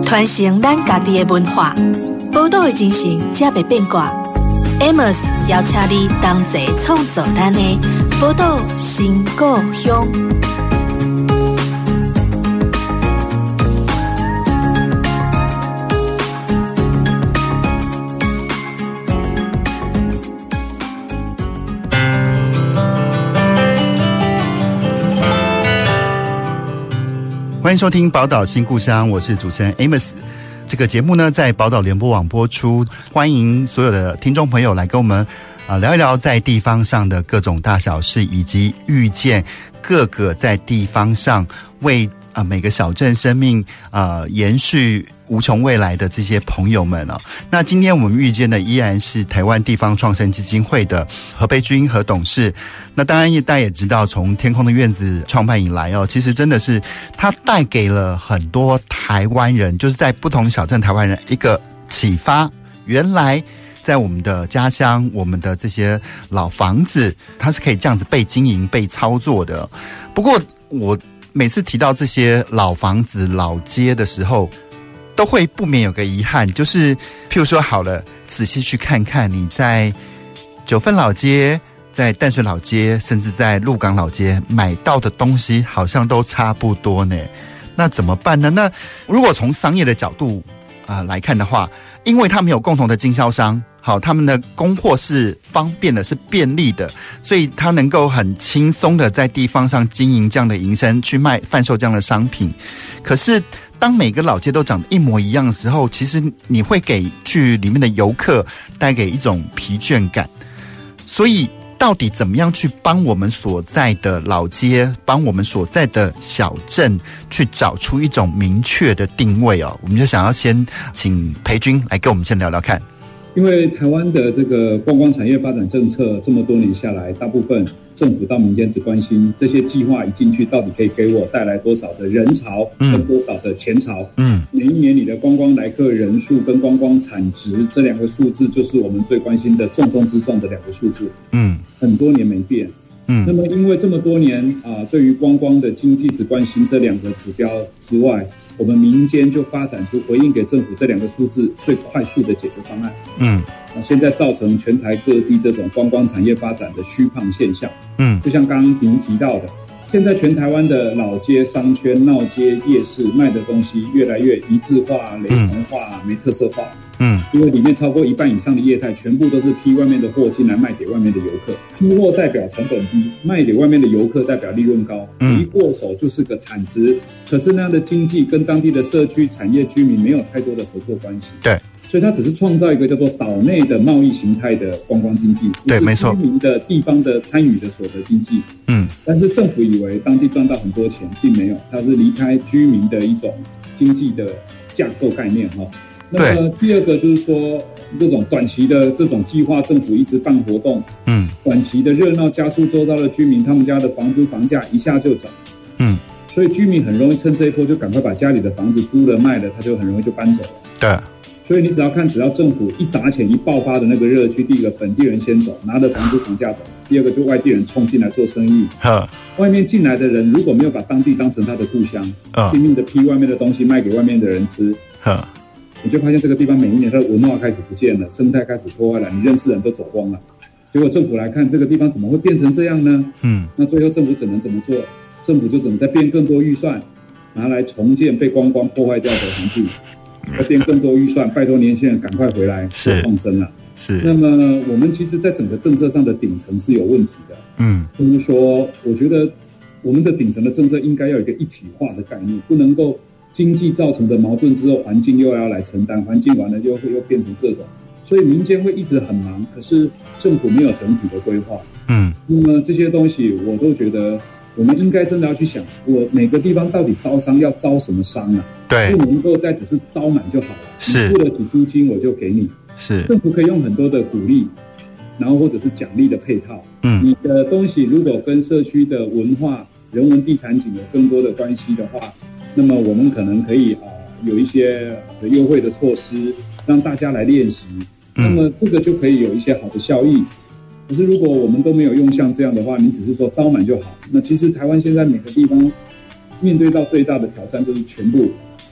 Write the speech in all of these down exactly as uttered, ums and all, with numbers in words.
传承咱家己的文化，宝岛的精神才袂变卦。Amos 邀请你同齐创造咱的宝岛新故乡。 欢迎收听宝岛新故乡，我是主持人 Amos。 这个节目呢在宝岛联播网播出，欢迎所有的听众朋友来跟我们啊聊一聊在地方上的各种大小事，以及遇见各个在地方上为啊每个小镇生命啊延续无穷未来的这些朋友们啊。那今天我们遇见的依然是台湾地方创生基金会的何培钧何董事。那当然大家也知道，从天空的院子创办以来哦，其实真的是他带给了很多台湾人，就是在不同小镇台湾人一个启发。原来在我们的家乡，我们的这些老房子，它是可以这样子被经营、被操作的。不过我每次提到这些老房子、老街的时候，都会不免有个遗憾，就是譬如说好了，仔细去看看你在九份老街、在淡水老街，甚至在鹿港老街买到的东西好像都差不多呢。那怎么办呢？那如果从商业的角度啊、呃、来看的话，因为他们有共同的经销商，好，他们的供货是方便的，是便利的，所以他能够很轻松的在地方上经营这样的营生，去卖贩售这样的商品。可是当每个老街都长得一模一样的时候，其实你会给去里面的游客带给一种疲倦感。所以到底怎么样去帮我们所在的老街，帮我们所在的小镇去找出一种明确的定位哦？我们就想要先请培钧来跟我们先聊聊看。 因为台湾的这个观光产业发展政策这么多年下来，大部分政府到民间只关心这些计划一进去到底可以给我带来多少的人潮跟多少的钱潮。嗯，每一年你的观光来客人数跟观光产值这两个数字，就是我们最关心的重中之重的两个数字。嗯，很多年没变。嗯，那么因为这么多年啊、呃，对于观光的经济只关心这两个指标之外，我们民间就发展出回应给政府这两个数字最快速的解决方案。嗯，那现在造成全台各地这种观光产业发展的虚胖现象。嗯，就像刚刚您提到的，现在全台湾的老街、商圈、闹街、夜市卖的东西越来越一致化、雷同化、没特色化。嗯，因为里面超过一半以上的业态全部都是批外面的货进来卖给外面的游客，批货代表成本低，卖给外面的游客代表利润高，一过手就是个产值。可是那样的经济跟当地的社区产业居民没有太多的合作关系。对，所以它只是创造一个叫做岛内的贸易形态的观光经济，对，没错，居民的地方的参与的所得经济。嗯，但是政府以为当地赚到很多钱，并没有，它是离开居民的一种经济的架构概念哈。那么第二个就是说，这种短期的这种计划，政府一直办活动，嗯，短期的热闹加速周遭的居民，他们家的房租房价一下就涨，嗯，所以居民很容易趁这一波就赶快把家里的房子租了卖了，他就很容易就搬走了。对，所以你只要看，只要政府一砸钱一爆发的那个热区，第一个本地人先走，拿着房租房价走；第二个就外地人冲进来做生意。外面进来的人如果没有把当地当成他的故乡，拼命的批外面的东西卖给外面的人吃。你就发现这个地方每一年它的文化开始不见了，生态开始破坏了，你认识人都走光了。结果政府来看这个地方怎么会变成这样呢？嗯，那最后政府只能怎么做？政府就只能再变更多预算，拿来重建被观光破坏掉的环境，再变更多预算，拜托年轻人赶快回来做创生了。是。那么我们其实在整个政策上的顶层是有问题的。嗯，就是说，我觉得我们的顶层的政策应该要有一个一体化的概念，不能够经济造成的矛盾之后，环境又要来承担，环境完了又会又变成各种，所以民间会一直很忙，可是政府没有整体的规划。嗯，那么这些东西我都觉得，我们应该真的要去想，我每个地方到底招商要招什么商啊？对，不能够再只是招满就好了，是，你付得起租金我就给你。是，政府可以用很多的鼓励，然后或者是奖励的配套。嗯，你的东西如果跟社区的文化、人文、地产景有更多的关系的话，那么我们可能可以啊、呃、有一些优惠的措施，让大家来练习。那么这个就可以有一些好的效益。可是如果我们都没有用像这样的话，你只是说招满就好，那其实台湾现在每个地方面对到最大的挑战就是全部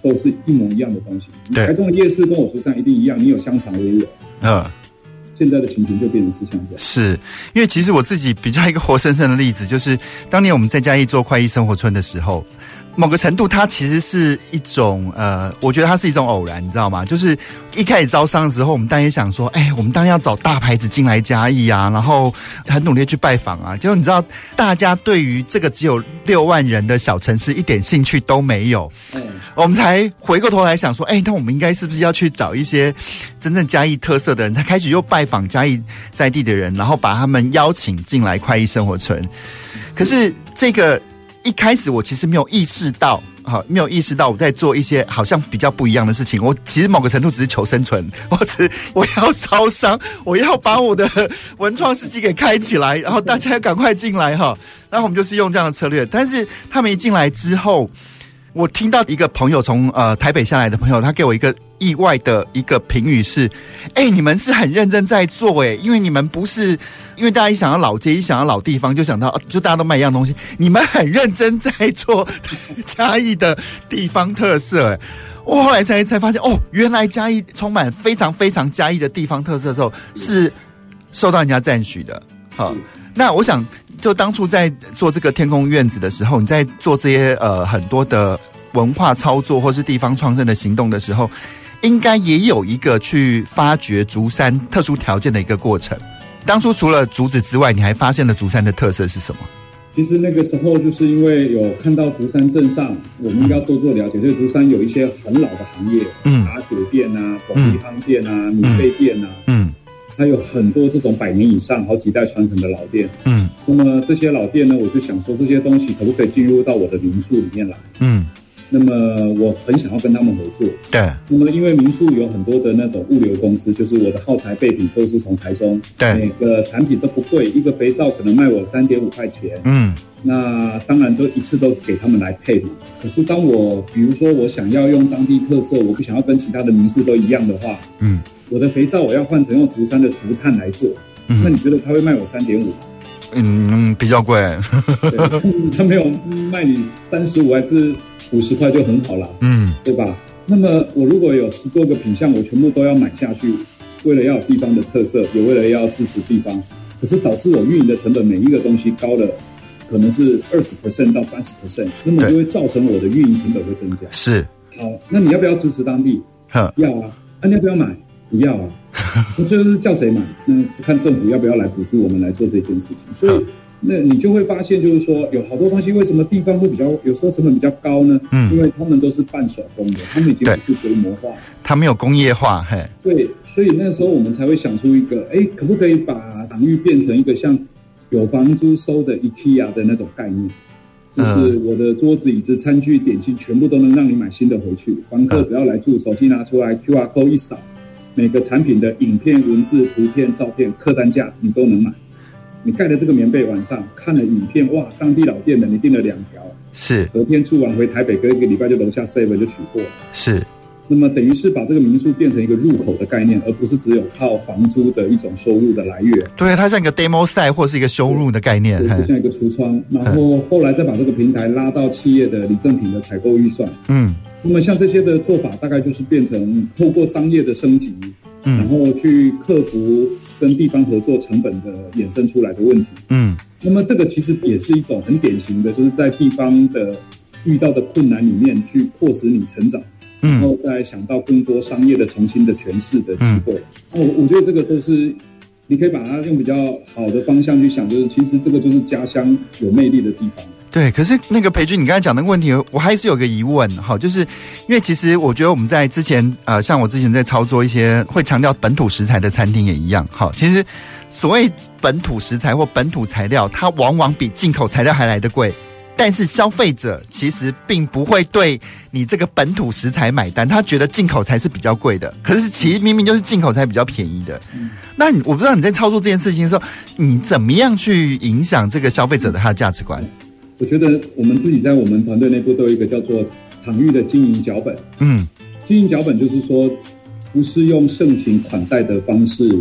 都是一模一样的东西。台中的夜市跟我竹山一定一样，你有香肠我也有。嗯。现在的情形就变成是像这样， 是因为其实我自己比较一个活生生的例子，就是当年我们在嘉义做快意生活村的时候，某个程度它其实是一种呃，我觉得它是一种偶然，你知道吗？就是一开始招商的时候，我们当然也想说，哎，我们当然要找大牌子进来嘉义啊，然后很努力去拜访啊。结果你知道，大家对于这个只有六万人的小城市一点兴趣都没有。嗯，我们才回过头来想说，哎，那我们应该是不是要去找一些真正嘉义特色的人，才开始又拜访嘉义在地的人，然后把他们邀请进来快意生活村。可是这个一开始我其实没有意识到，好，没有意识到我在做一些好像比较不一样的事情。我其实某个程度只是求生存，我只我要招商，我要把我的文创市集给开起来，然后大家要赶快进来哈。然后我们就是用这样的策略。但是他们一进来之后，我听到一个朋友从呃台北下来的朋友，他给我一个意外的一个评语是：哎，你们是很认真在做哎，因为你们不是因为大家一想到老街，一想到老地方，就想到就大家都卖一样东西，你们很认真在做嘉义的地方特色哎。我后来才才发现哦，原来嘉义充满非常非常嘉义的地方特色的时候，是受到人家赞许的。好，那我想就当初在做这个天空院子的时候，你在做这些呃很多的文化操作或是地方创生的行动的时候，应该也有一个去发掘竹山特殊条件的一个过程。当初除了竹子之外，你还发现了竹山的特色是什么？ 其实那个时候就是因为有看到竹山镇上，我们应该多做了解，所以竹山有一些很老的行业，嗯，打酒店啊、统一夯店啊、米费店啊，嗯，它有很多这种百年以上、好几代传承的老店，嗯，那么这些老店呢，我就想说这些东西可不可以进入到我的民宿里面来，嗯。那么我很想要跟他们合作，对。那么因为民宿有很多的那种物流公司，就是我的耗材备品都是从台中，对，每个产品都不贵，一个肥皂可能卖我三点五块钱，嗯。那当然就一次都给他们来配嘛。可是当我比如说我想要用当地特色，我不想要跟其他的民宿都一样的话，嗯，我的肥皂我要换成用竹山的竹炭来做，嗯，那你觉得他会卖我三点五吗？ 嗯，比较贵。 对，他没有卖你三十五还是五十块就很好啦，嗯，对吧？那么我如果有十多个品项，我全部都要买下去，为了要有地方的特色，也为了要支持地方，可是导致我运营的成本每一个东西高了，可能是 百分之二十 到 百分之三十， 那么就会造成我的运营成本会增加。是，好，那你要不要支持当地？要啊。啊，你要不要买？不要啊。那就是叫谁买？那看政府要不要来补助我们来做这件事情。所以那你就会发现，就是说有好多东西为什么地方会比较有时候成本比较高呢？嗯，因为他们都是半手工的，他们已经不是规模化， 他没有工业化。嘿， 对，所以那时候我们才会想出一个，哎，可不可以把场域变成一个像有房租收的 IKEA 的那种概念？就是我的桌子、椅子、餐具、点心，全部都能让你买新的回去。房客只要来住，手机拿出来 Q R code 一扫，每个产品的影片、文字、图片、照片、客单价，你都能买。你盖了这个棉被，晚上看了影片，哇，当地老店的，你订了两条，是隔天出完回台北，隔一个礼拜就楼下 seven 就取货，是。那么等于是把这个民宿变成一个入口的概念，而不是只有靠房租的一种收入的来源。 对，它像一个 demo site 或是一个收入的概念， 就像一个橱窗。然后后来再把这个平台拉到企业的礼赠品的采购预算。嗯，那么像这些的做法，大概就是变成透过商业的升级，嗯，然后去克服跟地方合作成本的衍生出来的问题。嗯，那么这个其实也是一种很典型的，就是在地方的遇到的困难里面去迫使你成长。然后再想到更多商业的重新的诠释的机会，我、嗯、我觉得这个都是你可以把它用比较好的方向去想，就是其实这个就是家乡有魅力的地方。 对，可是那个培军，你刚才讲的问题，我还是有个疑问，好，就是因为其实我觉得我们在之前呃，像我之前在操作一些会强调本土食材的餐厅也一样，好，其实所谓本土食材或本土材料，它往往比进口材料还来得贵。但是消费者其实并不会对你这个本土食材买单，他觉得进口才是比较贵的，可是其实明明就是进口才比较便宜的。嗯、那我不知道你在操作这件事情的时候，你怎么样去影响这个消费者的他的价值观？ 我觉得我们自己在我们团队内部都有一个叫做场域的经营脚本。嗯，经营脚本就是说，不是用盛情款待的方式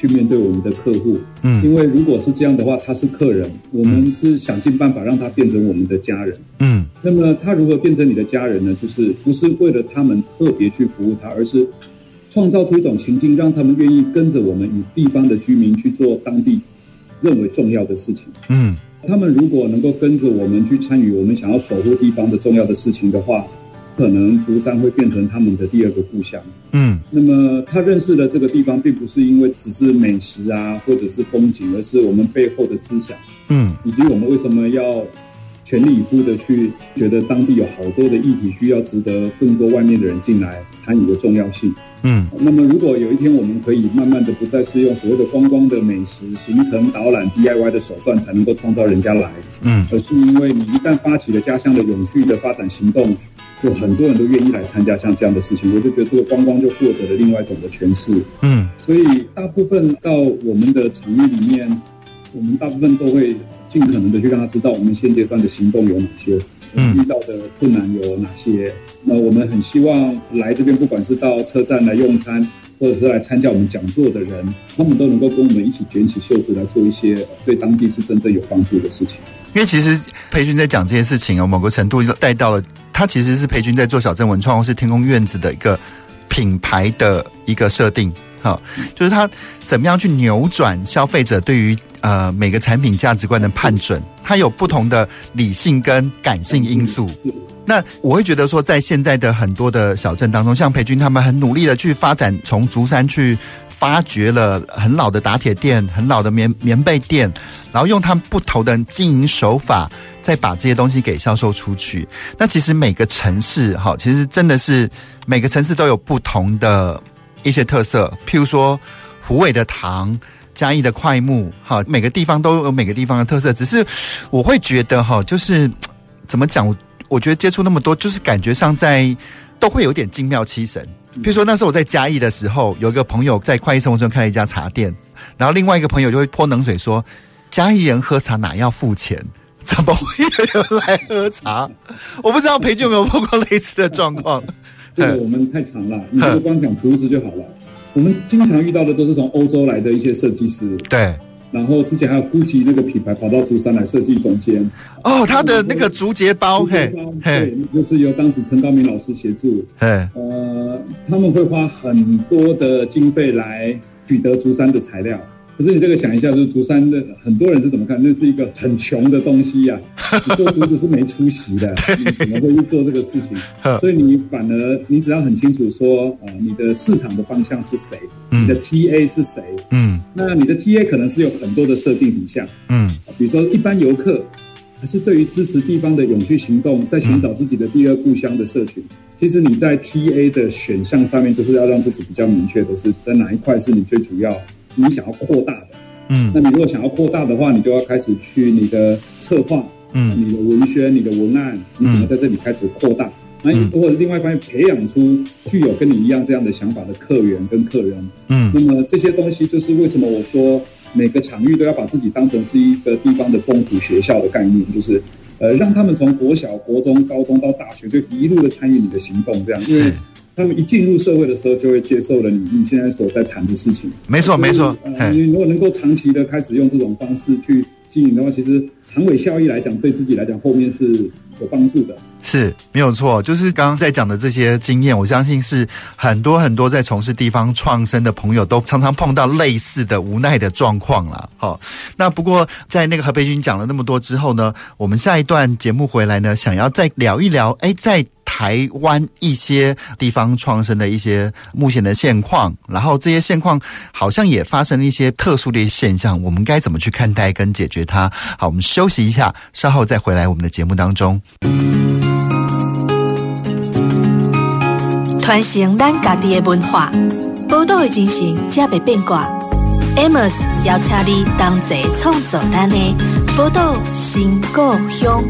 去面对我们的客户。 嗯， 因为如果是这样的话，他是客人，我们是想尽办法让他变成我们的家人。 嗯， 那么他如何变成你的家人呢？就是不是为了他们特别去服务他，而是创造出一种情境，让他们愿意跟着我们与地方的居民去做当地认为重要的事情。 嗯， 他们如果能够跟着我们去参与我们想要守护地方的重要的事情的话，可能竹山会变成他们的第二个故乡。 嗯， 那么他认识的这个地方，并不是因为只是美食啊，或者是风景，而是我们背后的思想。 嗯， 以及我们为什么要全力以赴的去觉得当地有好多的议题需要值得更多外面的人进来参与的重要性。 嗯， 那么如果有一天我们可以慢慢的不再是用所谓的观光的美食行程导览 D I Y 的手段才能够创造人家来， 嗯， 而是因为你一旦发起了家乡的永续的发展行动，有很多人都愿意来参加像这样的事情，我就觉得这个观光就获得了另外一种的诠释。 嗯， 所以大部分到我们的场域里面，我们大部分都会尽可能的去让他知道我们现阶段的行动有哪些， 嗯， 遇到的困难有哪些。那我们很希望来这边，不管是到车站来用餐，或者是来参加我们讲座的人，他们都能够跟我们一起卷起袖子来做一些对当地是真正有帮助的事情。 因为其实培军在讲这件事情哦，某个程度带到了，他其实是培军在做小镇文创或是天空院子的一个品牌的一个设定。好，就是他怎么样去扭转消费者对于呃每个产品价值观的判准，它有不同的理性跟感性因素。那我会觉得说，在现在的很多的小镇当中，像培军他们很努力的去发展，从竹山去发掘了很老的打铁店、很老的棉棉被店，然后用他们不同的经营手法，再把这些东西给销售出去。那其实每个城市，哈，其实真的是每个城市都有不同的一些特色，譬如说虎尾的糖、嘉义的快木，哈，每个地方都有每个地方的特色。只是我会觉得，哈，就是怎么讲？我觉得接触那么多，就是感觉上在都会有点精妙七神。譬如说那时候我在嘉义的时候，有一个朋友在快意生活中开了一家茶店，然后另外一个朋友就会泼冷水说，嘉义人喝茶哪要付钱？怎么会有人来喝茶？我不知道培军有没有碰过类似的状况。 这个我们太长了，你就光讲竹子就好了。我们经常遇到的都是从欧洲来的一些设计师， 对。 然后之前还有 Gucci 那个品牌跑到竹山来设计总监。 哦，他的那个竹节包， 嘿，对，就是由当时陈高明老师协助。嘿，呃，他们会花很多的经费来取得竹山的材料。可是你这个想一下，就是竹山的很多人是怎么看？那是一个很穷的东西呀、啊，你做竹子是没出息的，你怎么会去做这个事情？所以你反而你只要很清楚说，呃，你的市场的方向是谁，你的 T A 是谁，嗯，那你的 T A 可能是有很多的设定底下，嗯，比如说一般游客，还是对于支持地方的永续行动，在寻找自己的第二故乡的社群。其实你在 T A 的选项上面，就是要让自己比较明确的是，在哪一块是你最主要。你想要扩大的，嗯，那你如果想要扩大的话，你就要开始去你的策划，嗯，你的文宣、你的文案，你怎么在这里开始扩大？那、嗯、或者另外一方面培养出具有跟你一样这样的想法的客源跟客人，嗯，那么这些东西就是为什么我说每个场域都要把自己当成是一个地方的风土学校的概念，就是呃让他们从国小、国中、高中到大学就一路的参与你的行动，这样，因为他们一进入社会的时候，就会接受了你你现在所在谈的事情。 没错，没错。 呃，你如果能够长期的开始用这种方式去经营的话，其实长尾效益来讲，对自己来讲，后面是有帮助的。 是没有错，就是刚刚在讲的这些经验，我相信是很多很多在从事地方创生的朋友都常常碰到类似的无奈的状况啦。好，那不过在那个何培军讲了那么多之后呢，我们下一段节目回来呢，想要再聊一聊，哎，在台湾一些地方创生的一些目前的现况，然后这些现况好像也发生了一些特殊的现象，我们该怎么去看待跟解决它？好，我们休息一下，稍后再回来我们的节目当中。 传承咱家己的文化，宝岛的精神才袂变卦。Amos 邀请你同齐创造咱的宝岛新故乡。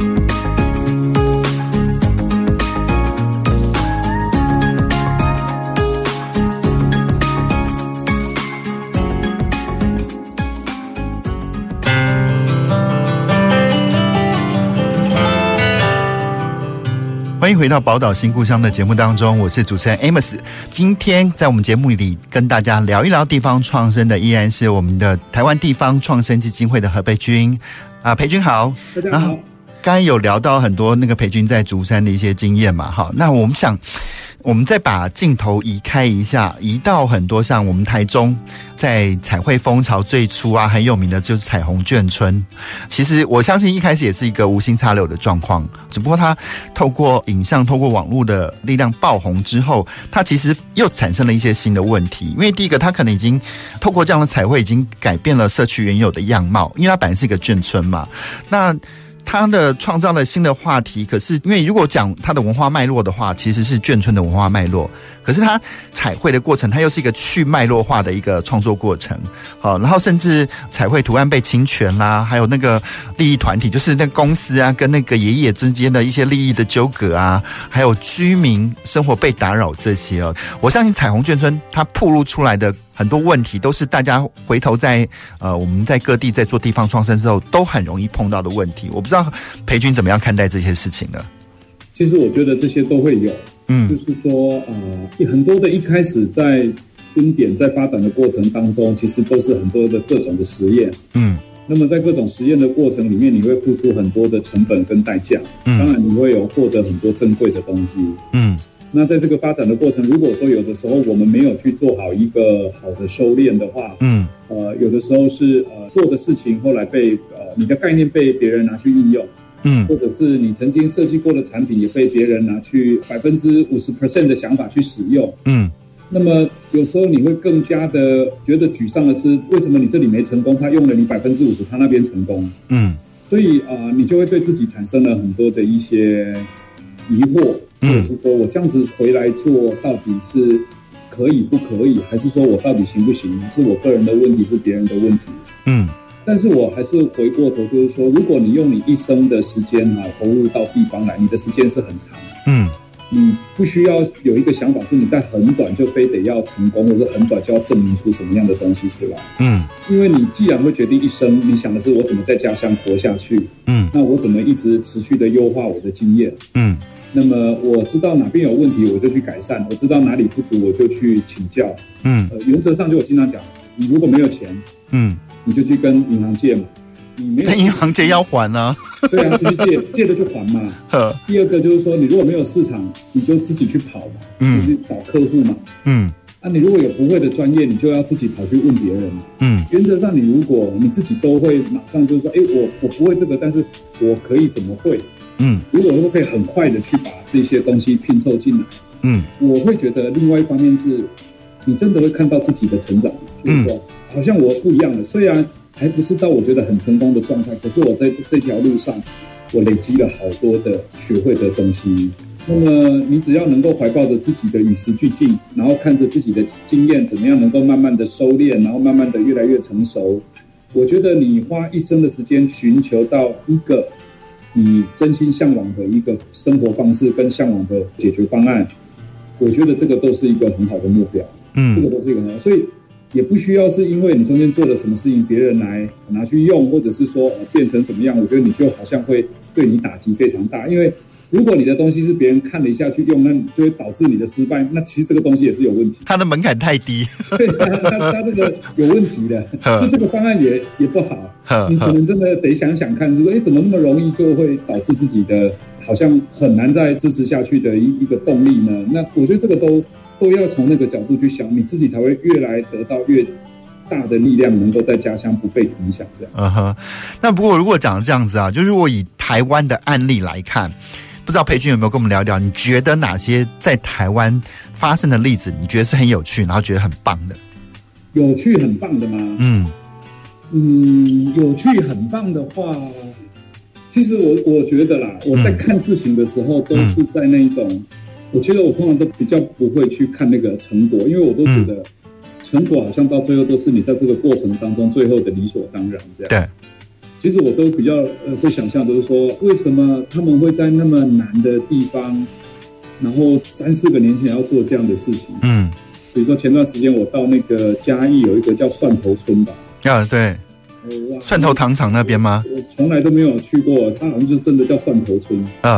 欢迎回到宝岛新故乡的节目当中，我是主持人 Amos。今天在我们节目里跟大家聊一聊地方创生的，依然是我们的台湾地方创生基金会的何培军啊，培军好， 大家好。 刚才有聊到很多那个培军在竹山的一些经验嘛，好，那我们想，我们再把镜头移开一下，移到很多像我们台中，在彩绘风潮最初啊，很有名的就是彩虹眷村。其实我相信一开始也是一个无心插柳的状况，只不过它透过影像、透过网络的力量爆红之后，它其实又产生了一些新的问题。因为第一个，它可能已经透过这样的彩绘，已经改变了社区原有的样貌，因为它本来是一个眷村嘛，那他的创造了新的话题，可是因为如果讲他的文化脉络的话，其实是眷村的文化脉络，可是他彩绘的过程，它又是一个去脉络化的一个创作过程。好，然后甚至彩绘图案被侵权啦，还有那个利益团体，就是那公司啊跟那个爷爷之间的一些利益的纠葛啊，还有居民生活被打扰这些哦，我相信彩虹眷村它暴露出来的很多问题，都是大家回头在呃我们在各地在做地方创生之后，都很容易碰到的问题。我不知道培军怎么样看待这些事情呢？ 其实我觉得这些都会有，嗯，就是说呃很多的一开始在蹲点在发展的过程当中，其实都是很多的各种的实验，嗯，那么在各种实验的过程里面，你会付出很多的成本跟代价，嗯，当然你会有获得很多珍贵的东西，嗯。那在这个发展的过程，如果说有的时候我们没有去做好一个好的收敛的话，嗯，呃，有的时候是呃做的事情后来被呃你的概念被别人拿去应用，嗯，或者是你曾经设计过的产品也被别人拿去百分之五十 percent 的想法去使用，嗯，那么有时候你会更加的觉得沮丧的是，为什么你这里没成功，他用了你百分之五十，他那边成功，嗯，所以啊、呃，你就会对自己产生了很多的一些疑惑。或者是说我这样子回来做到底是可以不可以，还是说我到底行不行，是我个人的问题，是别人的问题，嗯，但是我还是回过头就是说，如果你用你一生的时间啊投入到地方来，你的时间是很长，嗯，你不需要有一个想法是你在很短就非得要成功，或者很短就要证明出什么样的东西出来，嗯，因为你既然会决定一生，你想的是我怎么在家乡活下去，嗯，那我怎么一直持续的优化我的经验，嗯，那么我知道哪边有问题我就去改善，我知道哪里不足我就去请教，嗯，呃，原则上就我经常讲，你如果没有钱，嗯，你就去跟银行借嘛，你没有跟银行借要还啊， 对啊，就去借，借了就还嘛。第二个就是说，你如果没有市场，你就自己去跑嘛，嗯，去找客户嘛，嗯，啊，你如果有不会的专业，你就要自己跑去问别人，嗯，原则上你如果你自己都会马上就是说，哎，我我不会这个，但是我可以怎么会？嗯，如果我可以很快的去把这些东西拼凑进来，嗯，我会觉得另外一方面是，你真的会看到自己的成长，就是说，好像我不一样了，虽然还不是到我觉得很成功的状态，可是我在这条路上，我累积了好多的学会的东西。那么你只要能够怀抱着自己的与时俱进，然后看着自己的经验怎么样能够慢慢的收敛，然后慢慢的越来越成熟，我觉得你花一生的时间寻求到一个你真心向往的一个生活方式跟向往的解决方案，我觉得这个都是一个很好的目标，嗯，这个都是一个很好，所以也不需要是因为你中间做了什么事情，别人来拿去用，或者是说、呃、变成怎么样，我觉得你就好像会对你打击非常大，因为如果你的东西是别人看了一下去用，那就会导致你的失败，那其实这个东西也是有问题， 它的门槛太低， 对，它它它这个有问题的，就这个方案也也不好，你可能真的得想想看，就说哎，怎么那么容易就会导致自己的好像很难再支持下去的一一个动力呢？那我觉得这个都都要从那个角度去想，你自己才会越来得到越大的力量，能够在家乡不被影响。这样。嗯哼。 那不过如果讲这样子啊，就是如果以台湾的案例来看。不知道培军有没有跟我们聊聊？你觉得哪些在台湾发生的例子，你觉得是很有趣，然后觉得很棒的？ 有趣很棒的吗？嗯嗯，有趣很棒的话，其实我我觉得啦，我在看事情的时候都是在那一种，嗯、我觉得我通常都比较不会去看那个成果，因为我都觉得成果好像到最后都是你在这个过程当中最后的理所当然这样。对。其实我都比较呃会想象，就是说为什么他们会在那么难的地方，然后三四个年前要做这样的事情。嗯，比如说前段时间我到那个嘉义有一个叫蒜头村吧。 啊，对，蒜头糖厂那边吗？ 我从来都没有去过，它好像就真的叫蒜头村。啊，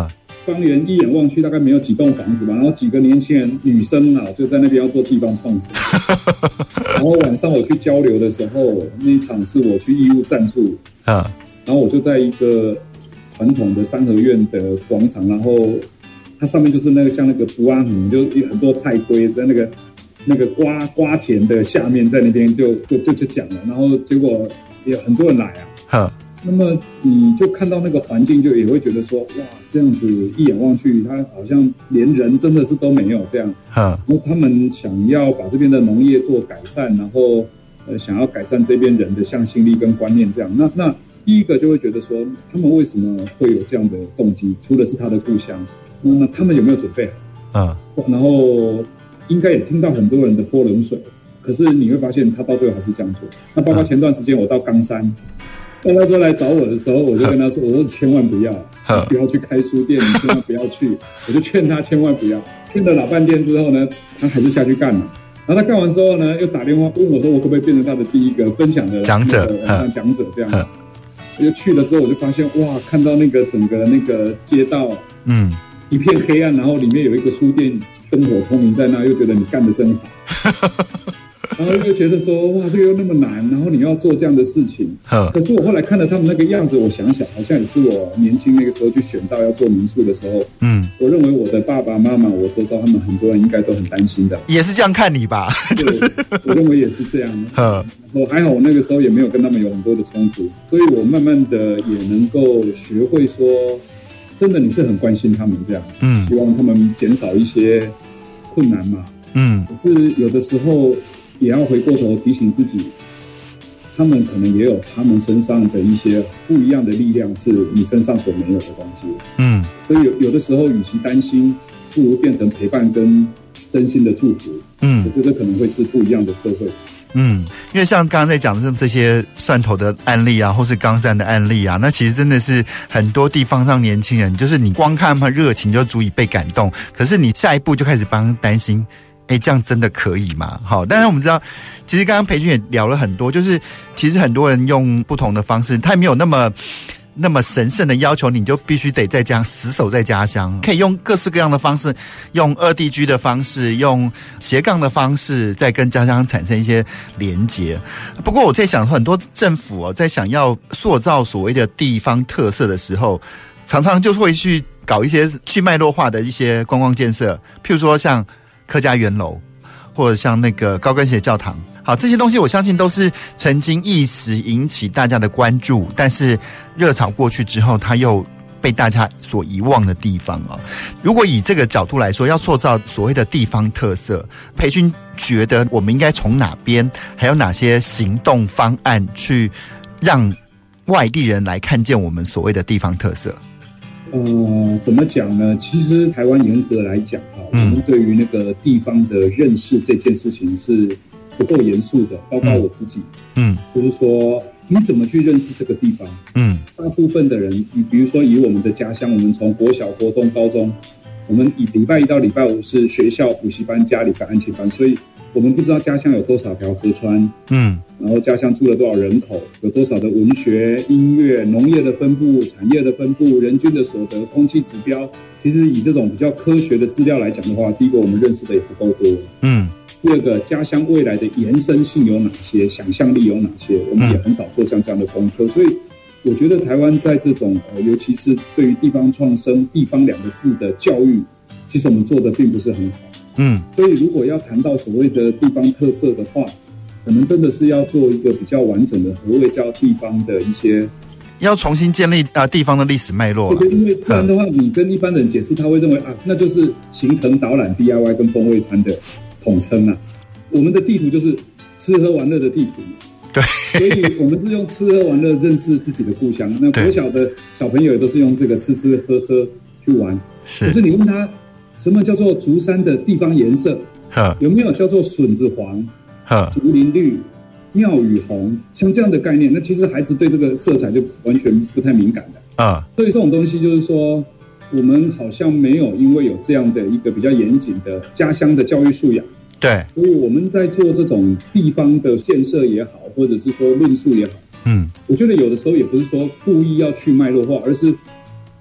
方圆一眼望去大概没有几栋房子吧，然后几个年轻人女生啊就在那边要做地方创生。然后晚上我去交流的时候，那一场是我去义务赞助，嗯，然后我就在一个传统的三合院的广场，然后它上面就是那个像那个福安湖，就很多菜龟在那个那个瓜瓜田的下面，在那边就就就就讲了，然后结果也很多人来啊，那么你就看到那个环境，就也会觉得说，哇，这样子一眼望去，它好像连人真的是都没有这样。然后他们想要把这边的农业做改善，然后呃想要改善这边人的向心力跟观念这样。那那第一个就会觉得说，他们为什么会有这样的动机？除了是他的故乡，那他们有没有准备好？啊，然后应该也听到很多人的泼冷水，可是你会发现他到最后还是这样做。那包括前段时间我到冈山。大家都来找我的时候，我就跟他说：“我说千万不要，不要去开书店，你千万不要去。”我就劝他千万不要。劝了老半天之后呢，他还是下去干了。然后他干完之后呢，又打电话问我说：“我可不可以变成他的第一个分享的讲者？”讲者这样。我就去的时候，我就发现哇，看到那个整个那个街道，嗯，一片黑暗，然后里面有一个书店，灯火通明在那，又觉得你干得真好。然后又觉得说，哇，这个又那么难，然后你要做这样的事情。可是我后来看了他们那个样子，我想想，好像也是我年轻那个时候去选到要做民宿的时候。嗯，我认为我的爸爸妈妈，我周遭他们很多人应该都很担心的。 也是这样看你吧？就是， 我认为也是这样。然后还好，我那个时候也没有跟他们有很多的冲突，所以我慢慢的也能够学会说，真的你是很关心他们这样。嗯，希望他们减少一些困难嘛。嗯，可是有的时候。也要回过头提醒自己，他们可能也有他们身上的一些不一样的力量，是你身上所没有的东西。嗯，所以有有的时候，与其担心，不如变成陪伴跟真心的祝福。嗯，我觉得可能会是不一样的社会。 嗯，因为像刚刚在讲的这些蒜头的案例啊，或是冈山的案例啊，那其实真的是很多地方上年轻人，就是你光看他们热情就足以被感动，可是你下一步就开始帮担心。哎，这样真的可以吗？好，当然我们知道，其实刚刚培训也聊了很多，就是其实很多人用不同的方式，他没有那么那么神圣的要求，你就必须得在家死守在家乡，可以用各式各样的方式，用二地居的方式，用斜杠的方式，再跟家乡产生一些连结。不过我在想，很多政府哦，在想要塑造所谓的地方特色的时候，常常就会去搞一些去脉络化的一些观光建设，譬如说像客家园楼，或者像那个高跟鞋教堂，好，这些东西我相信都是曾经一时引起大家的关注，但是热潮过去之后，它又被大家所遗忘的地方啊。如果以这个角度来说，要塑造所谓的地方特色，培训觉得我们应该从哪边，还有哪些行动方案去让外地人来看见我们所谓的地方特色？ 呃，怎么讲呢？其实台湾严格来讲啊，我们对于那个地方的认识这件事情是不够严肃的，包括我自己。嗯，就是说你怎么去认识这个地方？嗯，大部分的人，你比如说以我们的家乡，我们从国小、国中、高中，我们以礼拜一到礼拜五是学校补习班加礼拜安亲班，所以我们不知道家乡有多少条河川，嗯，然后家乡住了多少人口，有多少的文学、音乐、农业的分布、产业的分布、人均的所得、空气指标。其实以这种比较科学的资料来讲的话，第一个我们认识的也不够多，嗯。第二个，家乡未来的延伸性有哪些，想象力有哪些，我们也很少做像这样的功课。所以我觉得台湾在这种呃，尤其是对于地方创生、地方两个字的教育，其实我们做的并不是很好。嗯，所以如果要谈到所谓的地方特色的话，可能真的是要做一个比较完整的何谓叫地方的一些， 要重新建立啊、呃、地方的历史脉络。 对，因为不然的话，你跟一般人解释，他会认为啊，那就是行程导览 D I Y 跟风味餐的统称啊。我们的地图就是吃喝玩乐的地图嘛。 对， 所以我们是用吃喝玩乐认识自己的故乡。那国小的小朋友也都是用这个吃吃喝喝去玩。是，可是你问他什么叫做竹山的地方颜色？有没有叫做笋子黄、竹林绿、庙宇红？像这样的概念，那其实孩子对这个色彩就完全不太敏感的啊。所以这种东西就是说，我们好像没有因为有这样的一个比较严谨的家乡的教育素养。 对， 所以我们在做这种地方的建设也好，或者是说论述也好，嗯，我觉得有的时候也不是说故意要去脉络化，而是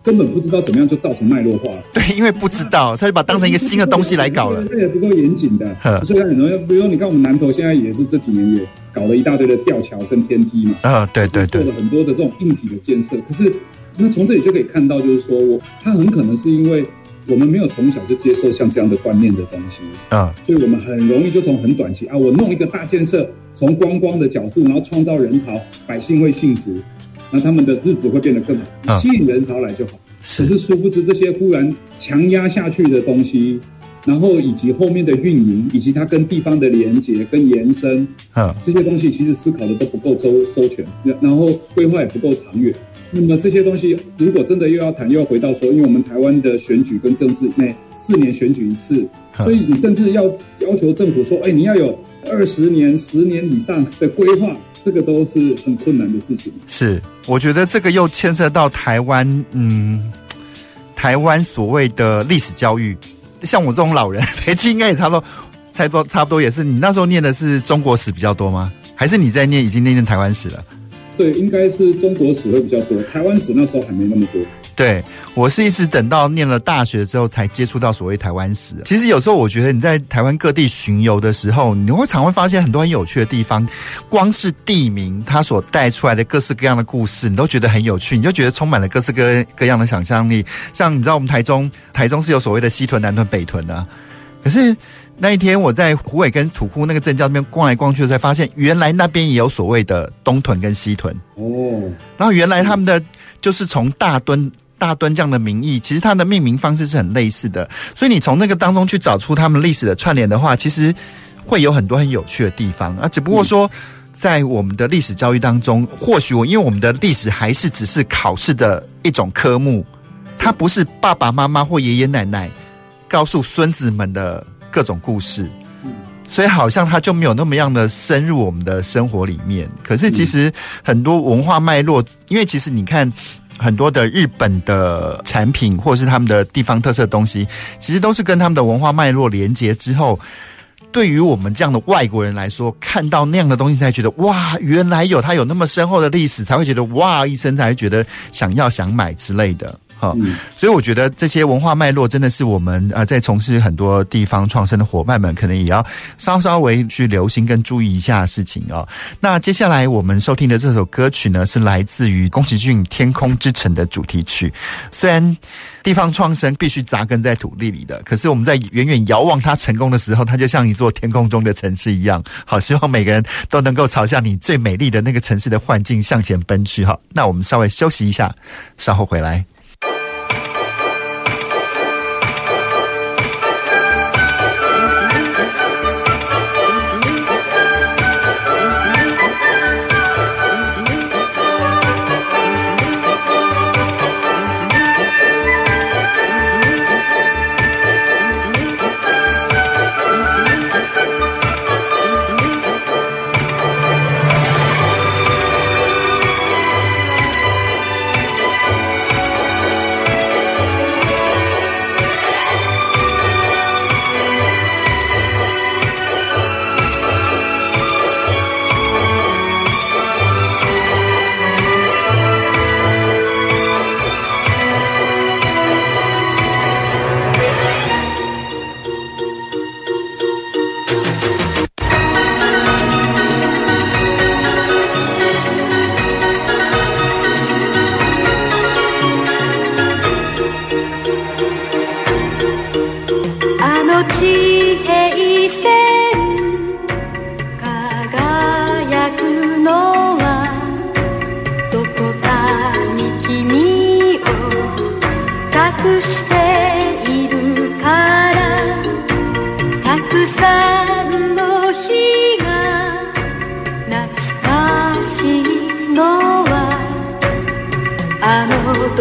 根本不知道怎么样就造成脉络化。 对，因为不知道，他就把它当成一个新的东西来搞了。 这也不够严谨的，所以他很容易，比如说你看我们南投现在也是这几年也搞了一大堆的吊桥跟天梯嘛， 啊、呃，对对对， 做了很多的这种硬体的建设。可是那从这里就可以看到，就是说我他很可能是因为我们没有从小就接受像这样的观念的东西，啊、嗯，所以我们很容易就从很短期啊，我弄一个大建设，从观光的角度，然后创造人潮，百姓会幸福，那他们的日子会变得更好，嗯、吸引人潮来就好。可是殊不知这些忽然强压下去的东西，然后以及后面的运营，以及它跟地方的连结跟延伸，嗯，这些东西其实思考的都不够周周全，然后规划也不够长远。那么这些东西如果真的又要谈，又要回到说，因为我们台湾的选举跟政治每四年选举一次，所以你甚至要要求政府说，哎，你要有二十年、十年以上的规划，这个都是很困难的事情。 是，我觉得这个又牵涉到台湾，嗯，台湾所谓的历史教育。像我这种老人，培基应该也差不多，差不多差不多也是。你那时候念的是中国史比较多吗？还是你在念已经念念台湾史了？ 对，应该是中国史会比较多，台湾史那时候还没那么多。 对，我是一直等到念了大学之后才接触到所谓台湾史。其实有时候我觉得你在台湾各地巡游的时候，你会常会发现很多很有趣的地方，光是地名它所带出来的各式各样的故事，你都觉得很有趣，你就觉得充满了各式各各样的想象力。像你知道我们台中，台中是有所谓的西屯、南屯、北屯的、啊，可是那一天我在虎尾跟土库那个镇郊那边逛来逛去，才发现原来那边也有所谓的东屯跟西屯哦。然后原来他们的就是从大墩大墩这样的名义，其实它的命名方式是很类似的。所以你从那个当中去找出他们历史的串联的话，其实会有很多很有趣的地方啊。只不过说，在我们的历史教育当中，或许我因为我们的历史还是只是考试的一种科目，它不是爸爸妈妈或爷爷奶奶告诉孙子们的各种故事，所以好像它就没有那么样的深入我们的生活里面。可是其实很多文化脉络，因为其实你看很多的日本的产品或是他们的地方特色的东西，其实都是跟他们的文化脉络连结之后，对于我们这样的外国人来说，看到那样的东西才觉得哇，原来有它有那么深厚的历史，才会觉得哇一声，才会觉得想要想买之类的。嗯、所以我觉得这些文化脉络真的是我们呃在从事很多地方创生的伙伴们可能也要稍稍微去留心跟注意一下的事情哦。那接下来我们收听的这首歌曲呢，是来自于宫崎骏《天空之城》的主题曲。虽然地方创生必须扎根在土地里的，可是我们在远远遥望它成功的时候，它就像一座天空中的城市一样。好，希望每个人都能够朝向你最美丽的那个城市的幻境向前奔去。好，那我们稍微休息一下，稍后回来。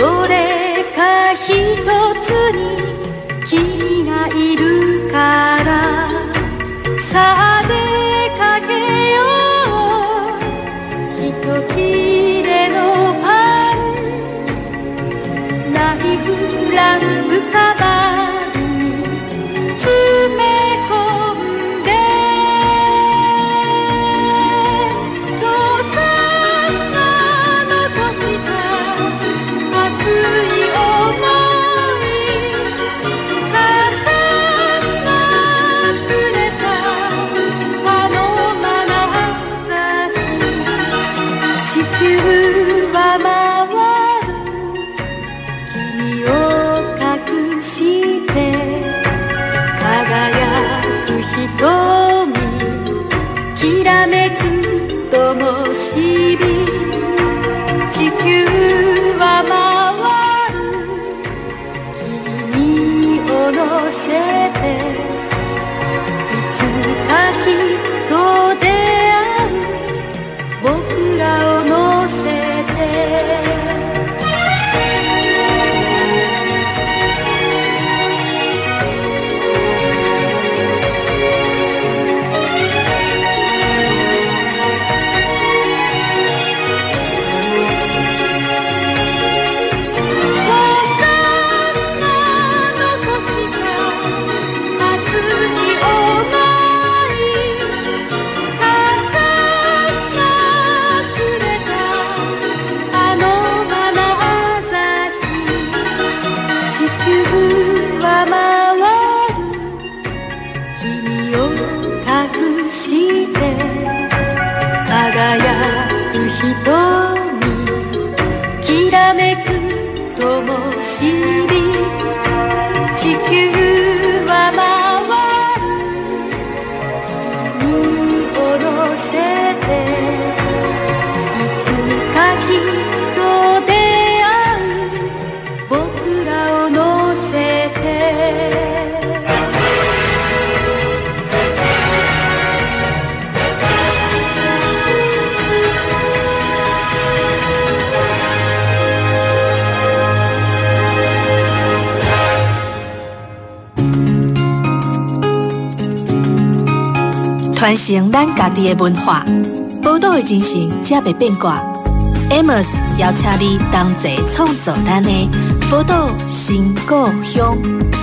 どれか一つに火がいるから地球は回る君を乗せていつかきっと出会う僕らを乗せて传承咱家己的文化，宝岛的精神才袂变卦。Amos 邀请你同齐创造咱的宝岛新故乡。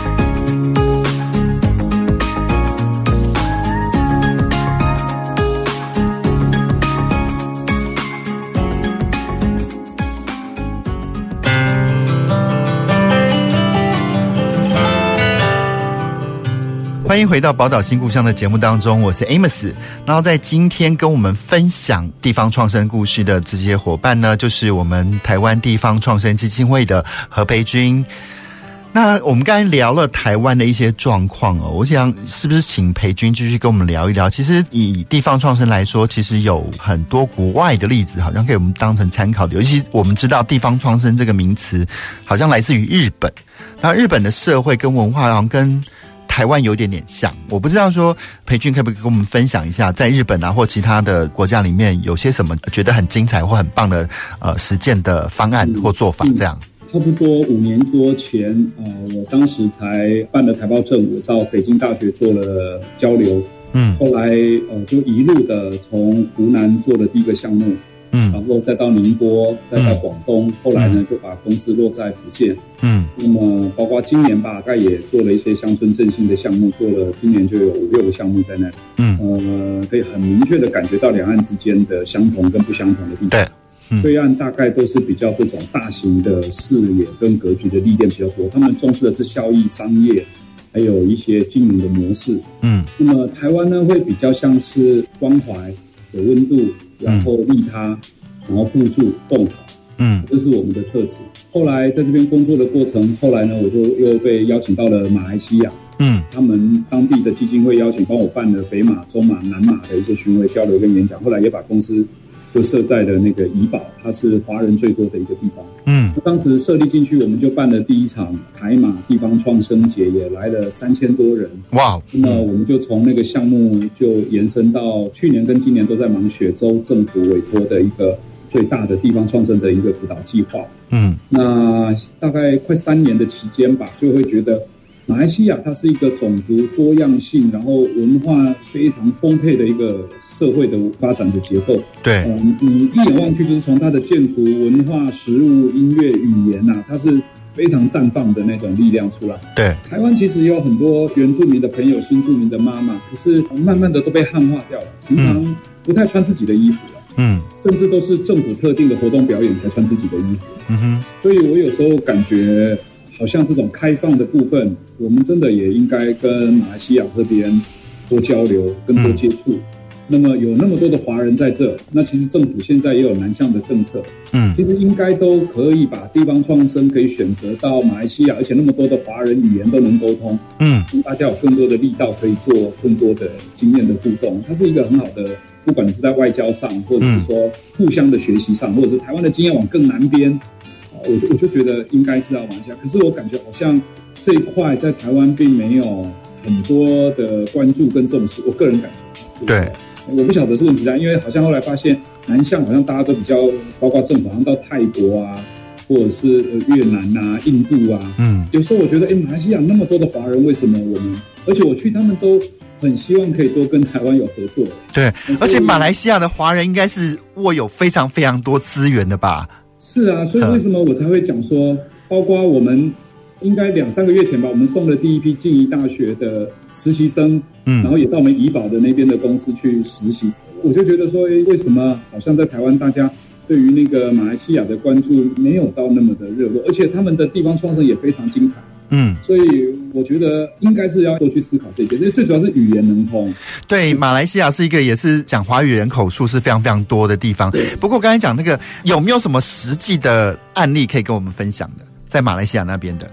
欢迎回到宝岛新故乡的节目当中，我是 Amos。然后在今天跟我们分享地方创生故事的这些伙伴呢，就是我们台湾地方创生基金会的何培君。那我们刚才聊了台湾的一些状况哦，我想是不是请培君继续跟我们聊一聊？其实以地方创生来说，其实有很多国外的例子，好像可以我们当成参考的。尤其我们知道地方创生这个名词，好像来自于日本。那日本的社会跟文化好像跟台湾有点点像，我不知道说培君可不可以跟我们分享一下，在日本啊或其他的国家里面有些什么觉得很精彩或很棒的呃实践的方案或做法这样。 嗯嗯、差不多五年多前，呃，我当时才办了台胞证，我到北京大学做了交流，嗯，后来呃就一路的从湖南做了第一个项目。嗯，然后再到宁波，再到广东，嗯、后来呢就把公司落在福建。嗯，那么包括今年吧，大概也做了一些乡村振兴的项目，做了今年就有五六个项目在那里。嗯，呃，可以很明确的感觉到两岸之间的相同跟不相同的地方。对，嗯、对岸大概都是比较这种大型的视野跟格局的历练比较多，他们重视的是效益、商业，还有一些经营的模式。嗯，那么台湾呢会比较像是关怀、有温度。然后利他，然后互助共好，嗯，这是我们的特质。后来在这边工作的过程，后来呢，我就又被邀请到了马来西亚，嗯，他们当地的基金会邀请帮我办了北马、中马、南马的一些巡回交流跟演讲。后来也把公司就设在了那个怡保，它是华人最多的一个地方。嗯，当时设立进去，我们就办了第一场台马地方创生节，也来了三千多人。哇！那么我们就从那个项目就延伸到去年跟今年都在忙雪州政府委托的一个最大的地方创生的一个辅导计划。嗯，那大概快三年的期间吧，就会觉得马来西亚它是一个种族多样性，然后文化非常丰沛的一个社会的发展的结构。对，嗯，你一眼望去就是从它的建筑、文化、食物、音乐、语言啊，它是非常绽放的那种力量出来。对，台湾其实也有很多原住民的朋友、新住民的妈妈，可是慢慢的都被汉化掉了，平常不太穿自己的衣服了。嗯，甚至都是政府特定的活动表演才穿自己的衣服。嗯哼，所以我有时候感觉好像这种开放的部分，我们真的也应该跟马来西亚这边多交流、更多接触。嗯、那么有那么多的华人在这，那其实政府现在也有南向的政策，嗯，其实应该都可以把地方创生可以选择到马来西亚，而且那么多的华人语言都能沟通，嗯，大家有更多的力道可以做更多的经验的互动，它是一个很好的。不管你是在外交上，或者是说互相的学习上，或者是台湾的经验往更南边，我就我就觉得应该是要往下。可是我感觉好像这一块在台湾并没有很多的关注跟重视，我个人感觉。对，我不晓得是问题在，因为好像后来发现南向好像大家都比较，包括政府好像到泰国啊，或者是越南啊、印度啊，嗯，有时候我觉得，哎，马来西亚那么多的华人，为什么我们？而且我去他们都。很希望可以多跟台湾有合作。对， 而且马来西亚的华人应该是握有非常非常多资源的吧？ 是啊，所以为什么我才会讲说，包括我们应该两三个月前吧，我们送了第一批静宜大学的实习生，嗯，然后也到我们怡保的那边的公司去实习。我就觉得说，为什么好像在台湾大家对于那个马来西亚的关注没有到那么的热络，而且他们的地方创生也非常精彩。嗯，所以我觉得应该是要多去思考这些，因为最主要是语言能通。 对，马来西亚是一个也是讲华语人口数是非常非常多的地方。不过刚才讲那个有没有什么实际的案例可以跟我们分享的，在马来西亚那边的？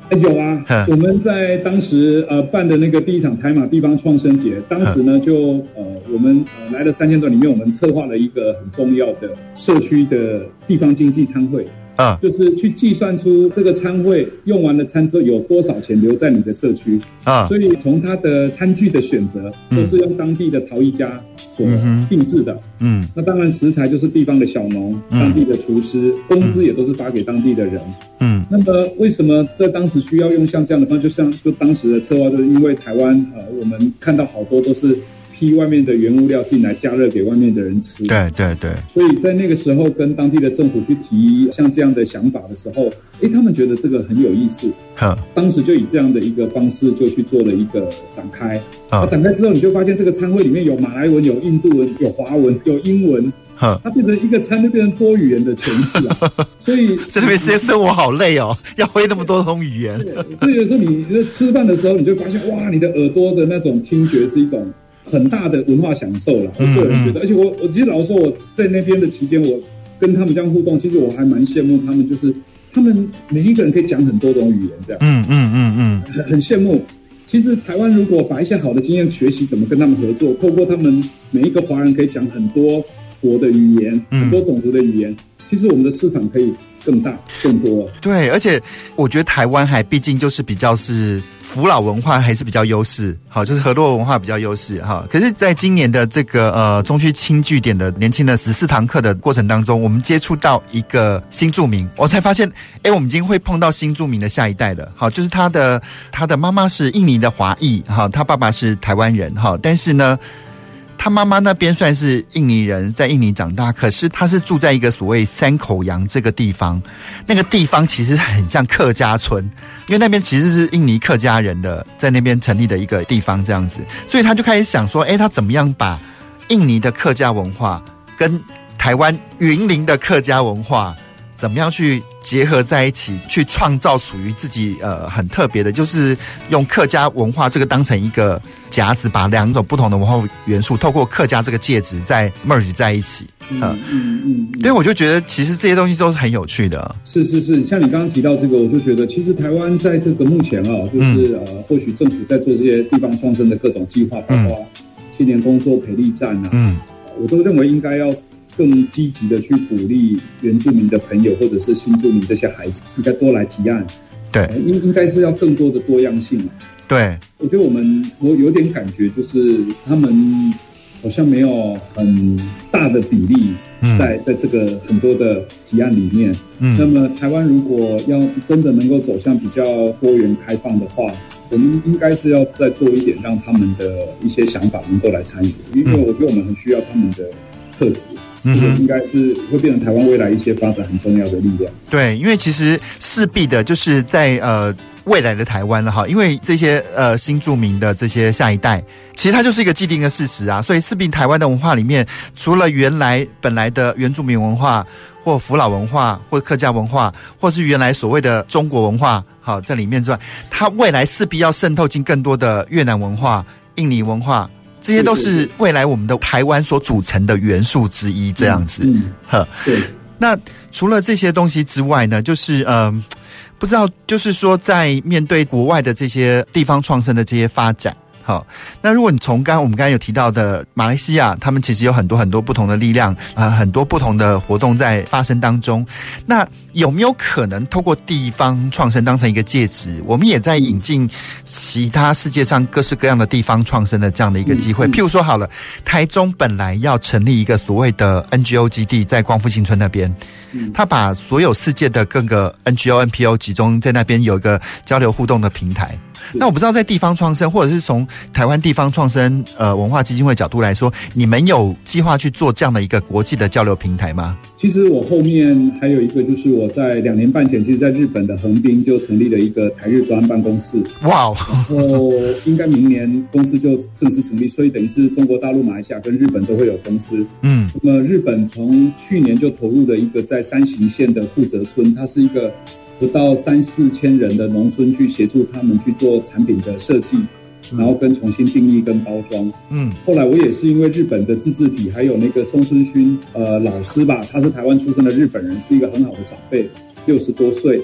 有啊，我们在当时呃办的那个第一场台马地方创生节，当时呢就呃我们呃来了三千多，里面我们策划了一个很重要的社区的地方经济餐会。啊，就是去计算出这个餐会用完了餐之后有多少钱留在你的社区啊，所以从它的餐具的选择都是用当地的陶艺家所定制的，嗯，那当然食材就是地方的小农、嗯、当地的厨师，工资也都是发给当地的人，嗯，那么为什么在当时需要用像这样的方式？就像就当时的策划，就是因为台湾呃，我们看到好多都是批外面的原物料进来加热给外面的人吃， 对对对， 所以在那个时候跟当地的政府去提像这样的想法的时候，诶，他们觉得这个很有意思，当时就以这样的一个方式就去做了一个展开。那展开之后，你就发现这个餐会里面有马来文、有印度文、有华文、有英文。它变成一个餐，就变成多语言的诠释啊，所以在那边生活好累哦，要会那么多种语言。 所以有时候你吃饭的时候，你就发现哇，你的耳朵的那种听觉是一种很大的文化享受啦。我个人觉得，而且我我其实老实说，我在那边的期间，我跟他们这样互动，其实我还蛮羡慕他们，就是他们每一个人可以讲很多种语言，这样，嗯嗯嗯嗯，很很羡慕。其实台湾如果把一些好的经验学习怎么跟他们合作，透过他们每一个华人可以讲很多国的语言，很多种族的语言，其实我们的市场可以更大更多。 对，而且我觉得台湾还毕竟就是比较是福老文化还是比较优势，好，就是河洛文化比较优势哈。可是在今年的这个呃中区轻据点的年轻的十四堂课的过程当中，我们接触到一个新住民，我才发现哎，我们已经会碰到新住民的下一代了。好，就是他的他的妈妈是印尼的华裔，哈，他爸爸是台湾人，哈，但是呢他妈妈那边算是印尼人，在印尼长大，可是他是住在一个所谓三口洋这个地方，那个地方其实很像客家村，因为那边其实是印尼客家人的在那边成立的一个地方这样子，所以他就开始想说，哎，他怎么样把印尼的客家文化跟台湾云林的客家文化怎么样去结合在一起，去创造属于自己呃很特别的，就是用客家文化这个当成一个夹子，把两种不同的文化元素透过客家这个介质再 merge 在一起。嗯嗯嗯嗯，对，我就觉得其实这些东西都是很有趣的。 是是是，像你刚刚提到这个，我就觉得其实台湾在这个目前啊，就是、嗯、呃，或许政府在做这些地方创生的各种计划，包括青年工作培力站啊，嗯，我都认为应该要更积极的去鼓励原住民的朋友或者是新住民这些孩子，应该多来提案。 对， 应应该是要更多的多样性嘛。 对， 我觉得我们我有点感觉，就是他们好像没有很大的比例在、嗯、在这个很多的提案里面。嗯，那么台湾如果要真的能够走向比较多元开放的话，我们应该是要再多一点，让他们的一些想法能够来参与，因为我觉得我们很需要他们的特质。这个应该是会变成台湾未来一些发展很重要的力量。 对，因为其实势必的就是在呃未来的台湾了哈，因为这些呃新住民的这些下一代，其实它就是一个既定的事实啊，所以势必台湾的文化里面，除了原来本来的原住民文化或福老文化或客家文化，或是原来所谓的中国文化好在里面之外，它未来势必要渗透进更多的越南文化、印尼文化。这些都是未来我们的台湾所组成的元素之一，这样子。嗯，呵，对。那除了这些东西之外呢，就是呃，不知道，就是说，在面对国外的这些地方创生的这些发展，好，那如果你从刚刚我们刚才有提到的马来西亚，他们其实有很多很多不同的力量，呃，很多不同的活动在发生当中。那有没有可能透过地方创生当成一个介质，我们也在引进其他世界上各式各样的地方创生的这样的一个机会？譬如说好了，台中本来要成立一个所谓的 N G O 基地，在光复新村那边，他把所有世界的各个 N G O、N P O 集中在那边有一个交流互动的平台。那我不知道在地方创生，或者是从台湾地方创生呃文化基金会角度来说，你们有计划去做这样的一个国际的交流平台吗？ 其实我后面还有一个，就是我在两年半前，其实在日本的横滨就成立了一个台日专案办公室。哇！然后应该明年公司就正式成立，所以等于是中国大陆、马来西亚跟日本都会有公司。嗯，那么日本从去年就投入了一个在山形县的富泽村，它是一个不到三四千人的农村，去协助他们去做产品的设计，然后跟重新定义跟包装。嗯，后来我也是因为日本的自治体，还有那个松村勋呃老师吧，他是台湾出生的日本人，是一个很好的长辈，六十多岁。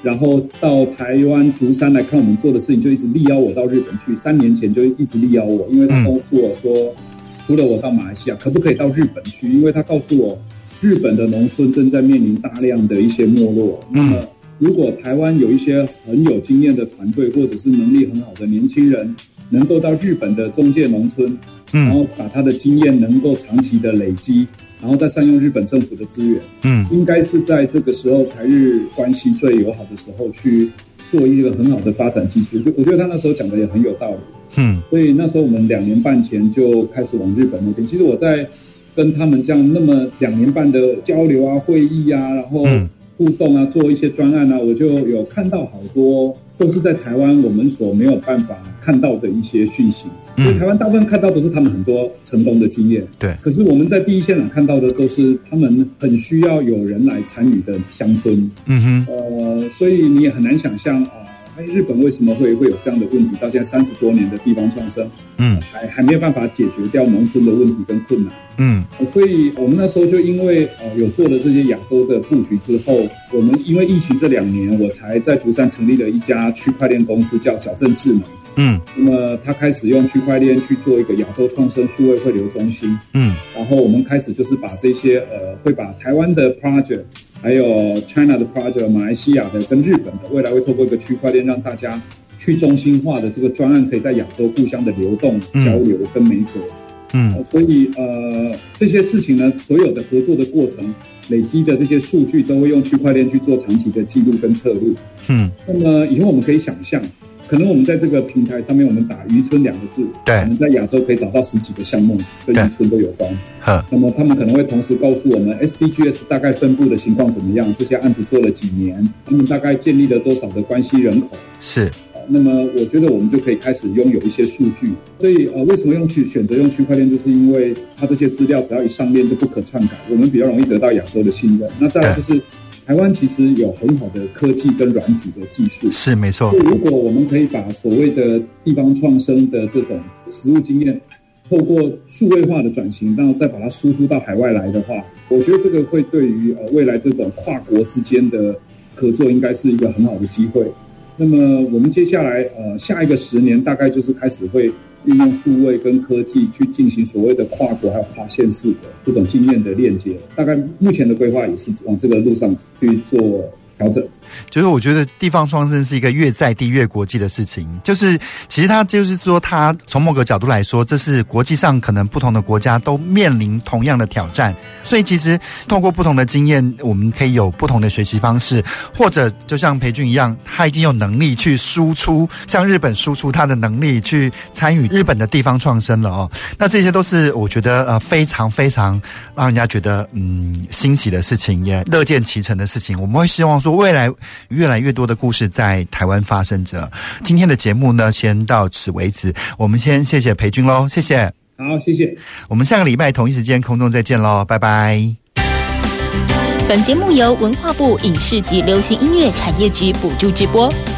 然后到台湾竹山来看我们做的事情，就一直力邀我到日本去。三年前就一直力邀我，因为他告诉我说，除了我到马来西亚，可不可以到日本去？因为他告诉我，日本的农村正在面临大量的一些没落。那么，如果台湾有一些很有经验的团队，或者是能力很好的年轻人，能够到日本的中介农村，然后把他的经验能够长期的累积，然后再善用日本政府的资源，嗯，应该是在这个时候台日关系最友好的时候去做一个很好的发展基础。我觉得他那时候讲的也很有道理，嗯，所以那时候我们两年半前就开始往日本那边。其实我在跟他们这样那么两年半的交流啊、会议啊，然后互动啊，做一些专案啊，我就有看到好多都是在台湾我们所没有办法看到的一些讯息。所以台湾大部分看到都是他们很多成功的经验，对。可是我们在第一现场看到的都是他们很需要有人来参与的乡村，嗯哼，呃，所以你也很难想象啊，哎，日本为什么会会有这样的问题？到现在三十多年的地方创生，嗯，还还没有办法解决掉农村的问题跟困难，嗯，所以我们那时候就因为呃有做了这些亚洲的布局之后，我们因为疫情这两年，我才在竹山成立了一家区块链公司，叫小镇智能。嗯，那么他开始用区块链去做一个亚洲创生数位汇流中心。嗯，然后我们开始就是把这些呃，会把台湾的 project， 还有 China 的 project， 马来西亚的跟日本的，未来会透过一个区块链让大家去中心化的这个专案，可以在亚洲互相的流动、交流跟媒合。嗯，呃、所以呃这些事情呢，所有的合作的过程累积的这些数据，都会用区块链去做长期的记录跟测录。嗯，那么以后我们可以想象。可能我们在这个平台上面，我们打渔村两个字，对，我们在亚洲可以找到十几个项目跟渔村都有关。那么他们可能会同时告诉我们 S D G S 大概分布的情况怎么样，这些案子做了几年，他们大概建立了多少的关系人口。是。那么我觉得我们就可以开始拥有一些数据。所以呃，为什么用去选择用区块链，就是因为它这些资料只要一上链就不可篡改，我们比较容易得到亚洲的信任。那再来就是。台湾其实有很好的科技跟软体的技术，是没错。所以如果我们可以把所谓的地方创生的这种实务经验，透过数位化的转型，然后再把它输出到海外来的话，我觉得这个会对于呃未来这种跨国之间的合作，应该是一个很好的机会。那么我们接下来呃下一个十年，大概就是开始会运用数位跟科技去进行所谓的跨国还有跨县市的这种经验的链接，大概目前的规划也是往这个路上去做调整。 就是我觉得地方创生是一个越在地越国际的事情，就是其实它就是说，它从某个角度来说，这是国际上可能不同的国家都面临同样的挑战，所以其实透过不同的经验，我们可以有不同的学习方式，或者就像培俊一样，他已经有能力去输出，像日本输出他的能力去参与日本的地方创生了哦。那这些都是我觉得呃非常非常让人家觉得嗯欣喜的事情，也乐见其成的事情。我们会希望说未来越来越多的故事在台湾发生着。今天的节目呢，先到此为止。我们先谢谢培俊咯，谢谢。 好，谢谢。 我们下个礼拜同一时间空中再见咯，拜拜。 本节目由文化部影视及流行音乐产业局补助直播。